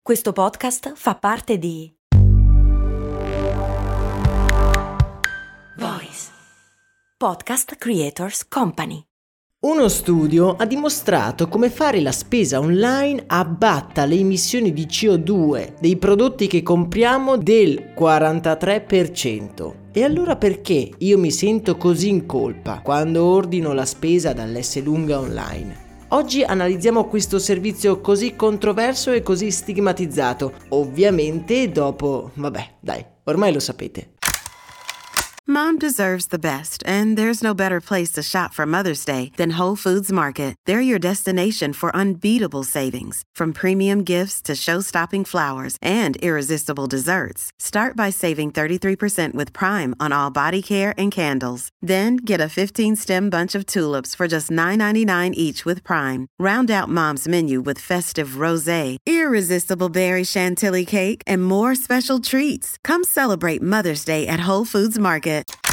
Questo podcast fa parte di Voice Podcast Creators Company. Uno studio ha dimostrato come fare la spesa online abbatta le emissioni di CO2 dei prodotti che compriamo del 43%. E allora perché io mi sento così in colpa quando ordino la spesa dall'Esselunga online? Oggi analizziamo questo servizio così controverso e così stigmatizzato, ovviamente dopo, ormai lo sapete. Mom deserves the best, and there's no better place to shop for Mother's Day than Whole Foods Market. They're your destination for unbeatable savings, from premium gifts to show-stopping flowers and irresistible desserts. Start by saving 33% with Prime on all body care and candles. Then get a 15-stem bunch of tulips for just $9.99 each with Prime. Round out Mom's menu with festive rosé, irresistible berry chantilly cake, and more special treats. Come celebrate Mother's Day at Whole Foods Market.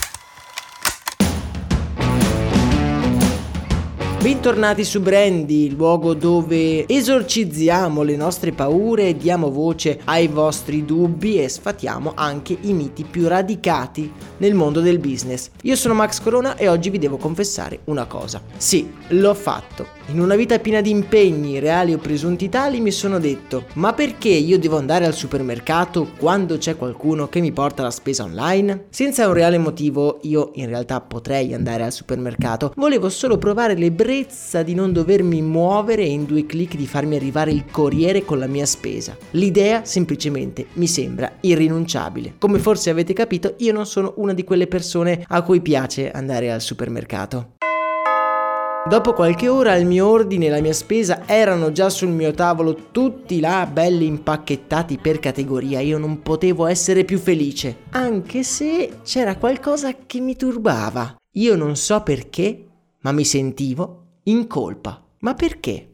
Bentornati su Brandy, il luogo dove esorcizziamo le nostre paure, diamo voce ai vostri dubbi e sfatiamo anche i miti più radicati nel mondo del business. Io sono Max Corona e oggi vi devo confessare una cosa. Sì, l'ho fatto. In una vita piena di impegni, reali o presunti tali, mi sono detto: ma perché io devo andare al supermercato quando c'è qualcuno che mi porta la spesa online? Senza un reale motivo, io in realtà potrei andare al supermercato. Volevo solo provare l'ebbrezza di non dovermi muovere e in 2 clic di farmi arrivare il corriere con la mia spesa. L'idea semplicemente mi sembra irrinunciabile. Come forse avete capito, io non sono una di quelle persone a cui piace andare al supermercato. Dopo qualche ora il mio ordine e la mia spesa erano già sul mio tavolo, tutti là belli impacchettati per categoria. Io non potevo essere più felice, anche se c'era qualcosa che mi turbava. Io non so perché, ma mi sentivo in colpa. Ma perché?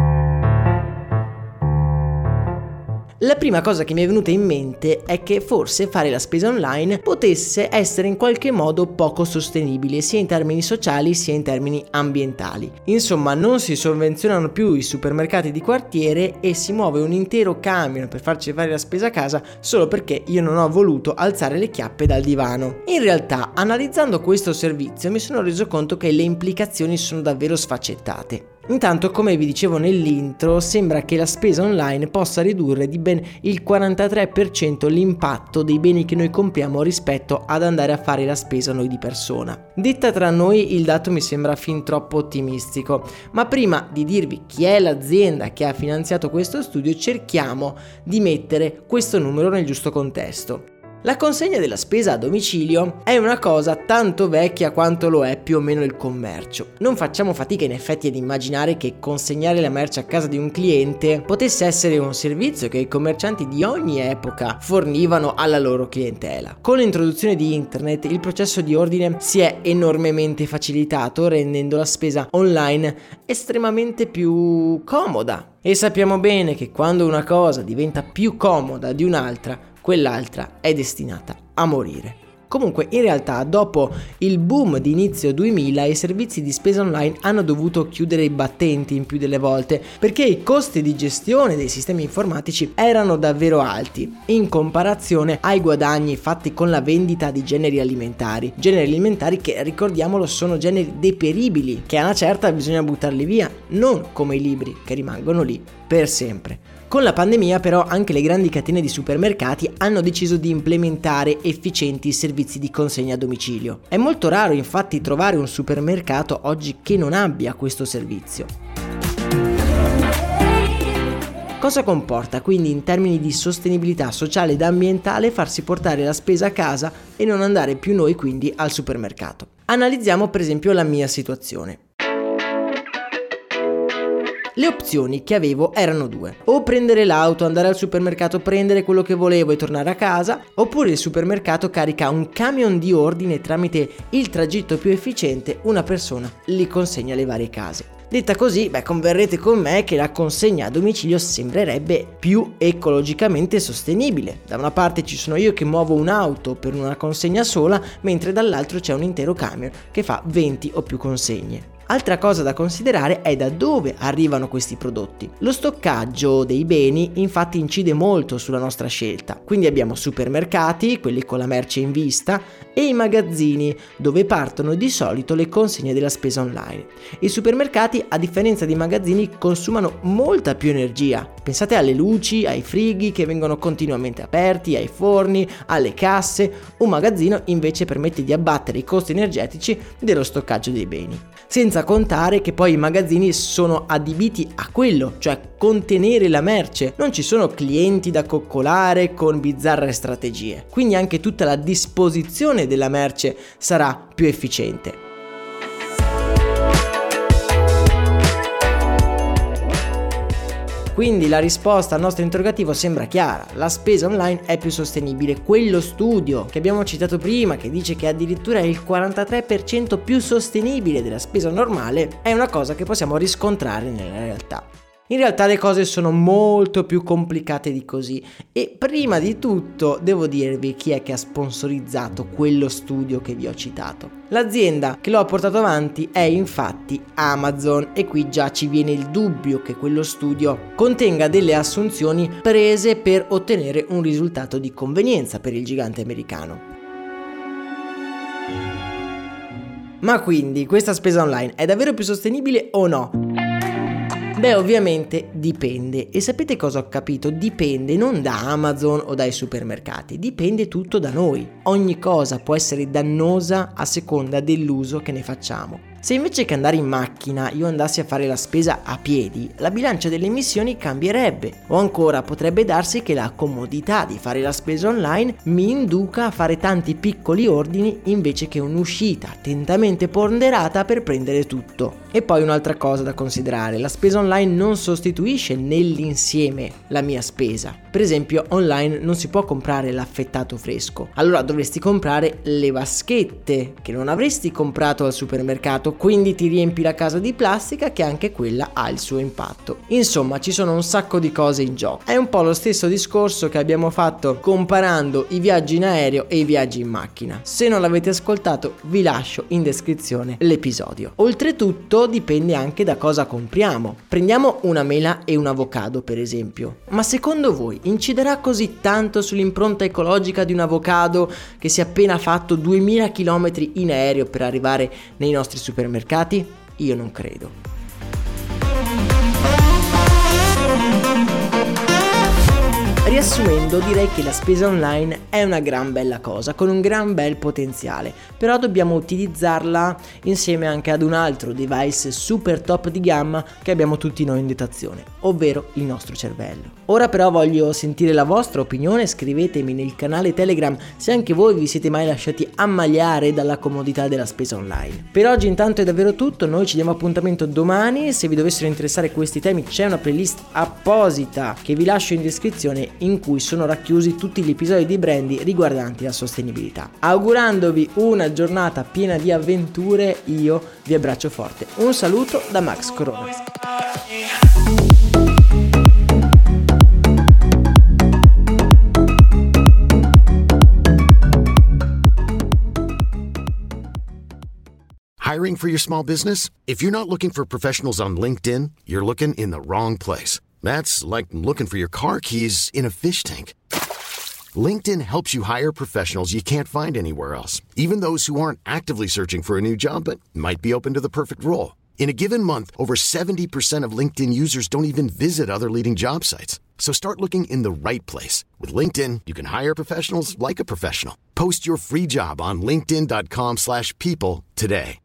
La prima cosa che mi è venuta in mente è che forse fare la spesa online potesse essere in qualche modo poco sostenibile, sia in termini sociali sia in termini ambientali. Insomma, non si sovvenzionano più i supermercati di quartiere e si muove un intero camion per farci fare la spesa a casa solo perché io non ho voluto alzare le chiappe dal divano. In realtà, analizzando questo servizio mi sono reso conto che le implicazioni sono davvero sfaccettate. Intanto, come vi dicevo nell'intro, sembra che la spesa online possa ridurre di ben il 43% l'impatto dei beni che noi compriamo rispetto ad andare a fare la spesa noi di persona. Detta tra noi, il dato mi sembra fin troppo ottimistico, ma prima di dirvi chi è l'azienda che ha finanziato questo studio, cerchiamo di mettere questo numero nel giusto contesto. La consegna della spesa a domicilio è una cosa tanto vecchia quanto lo è più o meno il commercio. Non facciamo fatica in effetti ad immaginare che consegnare la merce a casa di un cliente potesse essere un servizio che i commercianti di ogni epoca fornivano alla loro clientela. Con l'introduzione di internet il processo di ordine si è enormemente facilitato, rendendo la spesa online estremamente più comoda. E sappiamo bene che quando una cosa diventa più comoda di un'altra, quell'altra è destinata a morire. Comunque, in realtà, dopo il boom di inizio 2000, i servizi di spesa online hanno dovuto chiudere i battenti in più delle volte perché i costi di gestione dei sistemi informatici erano davvero alti in comparazione ai guadagni fatti con la vendita di generi alimentari che, ricordiamolo, sono generi deperibili, che a una certa bisogna buttarli via, non come i libri che rimangono lì per sempre. Con la pandemia però anche le grandi catene di supermercati hanno deciso di implementare efficienti servizi di consegna a domicilio. È molto raro infatti trovare un supermercato oggi che non abbia questo servizio. Cosa comporta quindi in termini di sostenibilità sociale ed ambientale farsi portare la spesa a casa e non andare più noi quindi al supermercato? Analizziamo per esempio la mia situazione. Le opzioni che avevo erano 2: o prendere l'auto, andare al supermercato, prendere quello che volevo e tornare a casa, oppure il supermercato carica un camion di ordine tramite il tragitto più efficiente, una persona li consegna alle varie case. Detta così, converrete con me che la consegna a domicilio sembrerebbe più ecologicamente sostenibile. Da una parte ci sono io che muovo un'auto per una consegna sola, mentre dall'altro c'è un intero camion che fa 20 o più consegne. Altra cosa da considerare è da dove arrivano questi prodotti. Lo stoccaggio dei beni infatti incide molto sulla nostra scelta, quindi abbiamo supermercati, quelli con la merce in vista, e i magazzini, dove partono di solito le consegne della spesa online. I supermercati, a differenza dei magazzini, consumano molta più energia. Pensate alle luci, ai frighi che vengono continuamente aperti, ai forni, alle casse. Un magazzino invece permette di abbattere i costi energetici dello stoccaggio dei beni. Senza contare che poi i magazzini sono adibiti a quello, cioè contenere la merce. Non ci sono clienti da coccolare con bizzarre strategie. Quindi anche tutta la disposizione della merce sarà più efficiente. Quindi la risposta al nostro interrogativo sembra chiara: la spesa online è più sostenibile. Quello studio che abbiamo citato prima, che dice che addirittura è il 43% più sostenibile della spesa normale, è una cosa che possiamo riscontrare nella realtà. In realtà le cose sono molto più complicate di così e prima di tutto devo dirvi chi è che ha sponsorizzato quello studio che vi ho citato. L'azienda che lo ha portato avanti è infatti Amazon, e qui già ci viene il dubbio che quello studio contenga delle assunzioni prese per ottenere un risultato di convenienza per il gigante americano. Ma quindi questa spesa online è davvero più sostenibile o no? Beh, ovviamente dipende. E sapete cosa ho capito? Dipende non da Amazon o dai supermercati, dipende tutto da noi. Ogni cosa può essere dannosa a seconda dell'uso che ne facciamo. Se invece che andare in macchina io andassi a fare la spesa a piedi, la bilancia delle emissioni cambierebbe. O ancora potrebbe darsi che la comodità di fare la spesa online mi induca a fare tanti piccoli ordini invece che un'uscita attentamente ponderata per prendere tutto. E poi un'altra cosa da considerare: la spesa online non sostituisce nell'insieme la mia spesa. Per esempio online non si può comprare l'affettato fresco, allora dovresti comprare le vaschette che non avresti comprato al supermercato, quindi ti riempi la casa di plastica, che anche quella ha il suo impatto. Insomma, ci sono un sacco di cose in gioco. È un po' lo stesso discorso che abbiamo fatto comparando i viaggi in aereo e i viaggi in macchina. Se non l'avete ascoltato vi lascio in descrizione l'episodio. Oltretutto dipende anche da cosa compriamo. Prendiamo una mela e un avocado per esempio, ma secondo voi inciderà così tanto sull'impronta ecologica di un avocado che si è appena fatto 2000 km in aereo per arrivare nei nostri supermercati? Io non credo. Riassumendo, direi che la spesa online è una gran bella cosa, con un gran bel potenziale, però dobbiamo utilizzarla insieme anche ad un altro device super top di gamma che abbiamo tutti noi in dotazione, ovvero il nostro cervello. Ora però voglio sentire la vostra opinione, scrivetemi nel canale Telegram se anche voi vi siete mai lasciati ammaliare dalla comodità della spesa online. Per oggi intanto è davvero tutto, noi ci diamo appuntamento domani. Se vi dovessero interessare questi temi c'è una playlist apposita che vi lascio in descrizione, in cui sono racchiusi tutti gli episodi di Brandy riguardanti la sostenibilità. Augurandovi una giornata piena di avventure, io vi abbraccio forte. Un saluto da Max Corona. Hiring for your small business? If you're not looking for professionals on LinkedIn, you're looking in the wrong place. That's like looking for your car keys in a fish tank. LinkedIn helps you hire professionals you can't find anywhere else, even those who aren't actively searching for a new job but might be open to the perfect role. In a given month, over 70% of LinkedIn users don't even visit other leading job sites. So start looking in the right place. With LinkedIn, you can hire professionals like a professional. Post your free job on linkedin.com/people today.